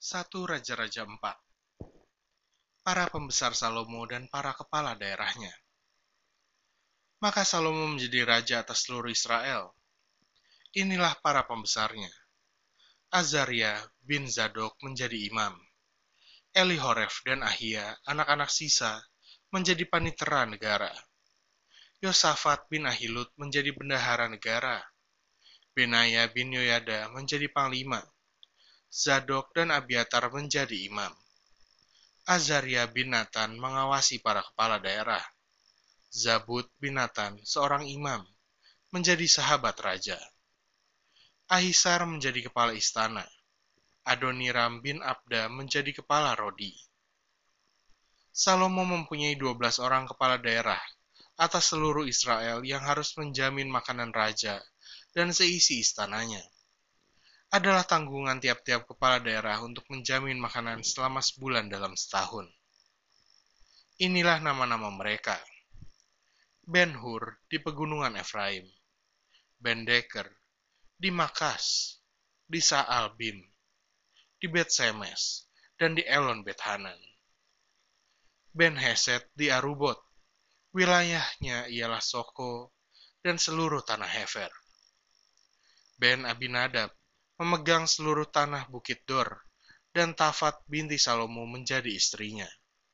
1 Raja-Raja 4. Para pembesar Salomo dan para kepala daerahnya. Maka Salomo menjadi raja atas seluruh Israel. Inilah para pembesarnya. Azaria bin Zadok menjadi imam. Elihoref dan Ahia, anak-anak sisa, menjadi panitera negara. Yosafat bin Ahilud menjadi bendahara negara. Benaya bin Yoyada menjadi panglima. Zadok dan Abiatar menjadi imam. Azaria bin Natan mengawasi para kepala daerah. Zabud bin Natan, seorang imam, menjadi sahabat raja. Ahisar menjadi kepala istana. Adoniram bin Abda menjadi kepala Rodi. Salomo mempunyai 12 orang kepala daerah atas seluruh Israel yang harus menjamin makanan raja dan seisi istananya. Adalah tanggungan tiap-tiap kepala daerah untuk menjamin makanan selama sebulan dalam setahun. Inilah nama-nama mereka. Ben-Hur di pegunungan Efraim, Ben-Deker di Makas, di Sa'albim, di Bet-Semes, dan di Elon Bet-Hanan. Ben-Heset di Arubot, wilayahnya ialah Soko dan seluruh tanah Hefer. Ben-Abinadab memegang seluruh tanah Bukit Dor, dan Tafat binti Salomo menjadi istrinya.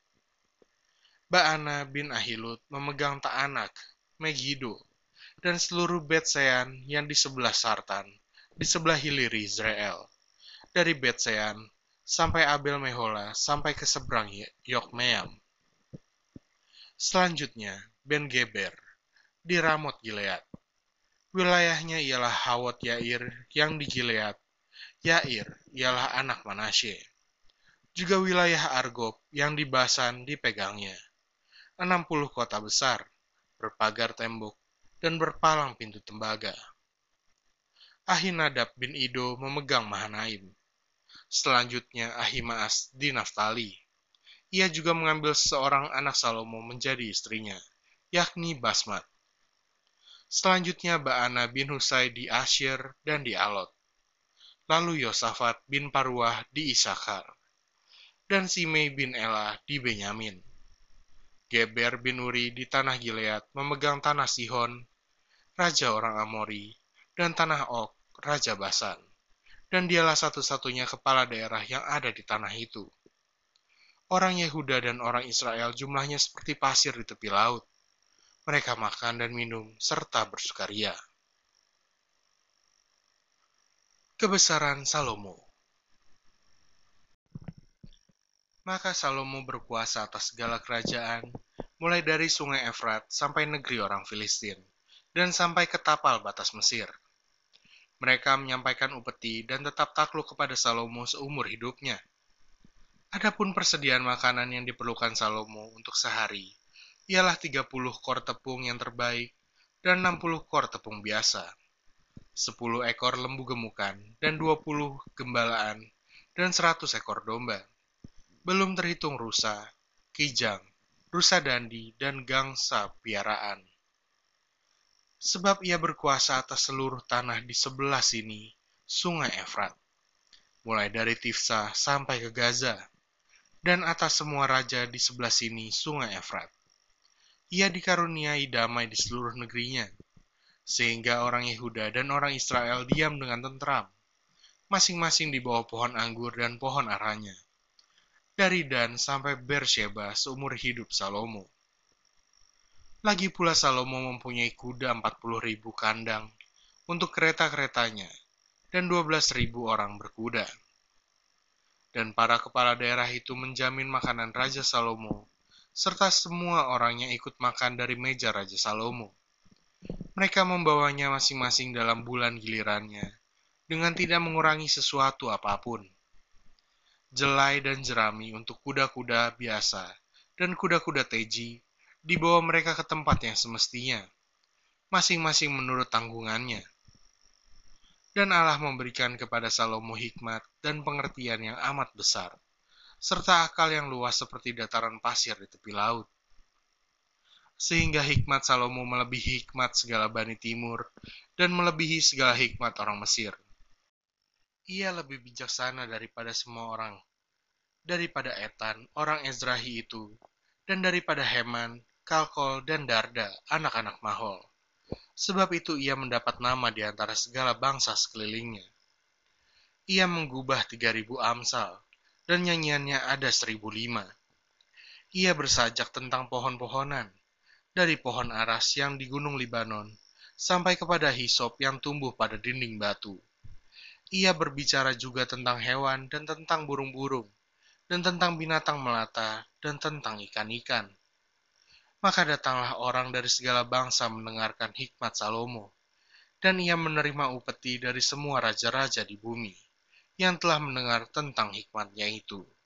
Baana bin Ahilud memegang Ta'anak, Megiddo, dan seluruh Bet-Sean yang di sebelah Sartan, di sebelah hilir Israel, dari Bet-Sean sampai Abel Mehola sampai ke seberang Yokmeam. Selanjutnya, Ben-Geber di Ramot Gilead. Wilayahnya ialah Hawot Yair yang di Gilead. Yair ialah anak Manasye. Juga wilayah Argob yang di Basan dipegangnya. 60 kota besar, berpagar tembok, dan berpalang pintu tembaga. Ahinadab bin Ido memegang Mahanaim. Selanjutnya Ahimaas di Naftali. Ia juga mengambil seorang anak Salomo menjadi istrinya, yakni Basmat. Selanjutnya Baana bin Husai di Asyir dan di Alot. Lalu Yosafat bin Paruah di Isakar. Dan Simei bin Ela di Benyamin. Geber bin Uri di tanah Gilead memegang tanah Sihon, raja orang Amori, dan tanah Og, raja Basan. Dan dialah satu-satunya kepala daerah yang ada di tanah itu. Orang Yehuda dan orang Israel jumlahnya seperti pasir di tepi laut. Mereka makan dan minum, serta bersukaria. Kebesaran Salomo. Maka Salomo berkuasa atas segala kerajaan, mulai dari sungai Efrat sampai negeri orang Filistin, dan sampai ke tapal batas Mesir. Mereka menyampaikan upeti dan tetap takluk kepada Salomo seumur hidupnya. Adapun persediaan makanan yang diperlukan Salomo untuk sehari, ialah 30 kor tepung yang terbaik dan 60 kor tepung biasa, 10 ekor lembu gemukan dan 20 gembalaan dan 100 ekor domba. Belum terhitung rusa, kijang, rusa dandi, dan gangsa piaraan. Sebab ia berkuasa atas seluruh tanah di sebelah sini, sungai Efrat, mulai dari Tifsa sampai ke Gaza, dan atas semua raja di sebelah sini sungai Efrat. Ia dikaruniai damai di seluruh negerinya, sehingga orang Yehuda dan orang Israel diam dengan tentram, masing-masing di bawah pohon anggur dan pohon aranya. Dari Dan sampai Bersheba seumur hidup Salomo. Lagi pula Salomo mempunyai kuda 40.000 kandang untuk kereta-keretanya, dan 12.000 orang berkuda. Dan para kepala daerah itu menjamin makanan Raja Salomo, serta semua orang yang ikut makan dari meja Raja Salomo. Mereka membawanya masing-masing dalam bulan gilirannya, dengan tidak mengurangi sesuatu apapun. Jelai dan jerami untuk kuda-kuda biasa dan kuda-kuda teji dibawa mereka ke tempat yang semestinya, masing-masing menurut tanggungannya. Dan Allah memberikan kepada Salomo hikmat dan pengertian yang amat besar, serta akal yang luas seperti dataran pasir di tepi laut. Sehingga hikmat Salomo melebihi hikmat segala Bani Timur dan melebihi segala hikmat orang Mesir. Ia lebih bijaksana daripada semua orang, daripada Etan, orang Ezrahi itu, dan daripada Heman, Kalkol, dan Darda, anak-anak Mahol. Sebab itu ia mendapat nama di antara segala bangsa sekelilingnya. Ia menggubah 3.000 amsal, dan nyanyiannya ada 1.005. Ia bersajak tentang pohon-pohonan, dari pohon aras yang di gunung Libanon, sampai kepada hisop yang tumbuh pada dinding batu. Ia berbicara juga tentang hewan dan tentang burung-burung, dan tentang binatang melata, dan tentang ikan-ikan. Maka datanglah orang dari segala bangsa mendengarkan hikmat Salomo, dan ia menerima upeti dari semua raja-raja di bumi, yang telah mendengar tentang hikmatnya itu.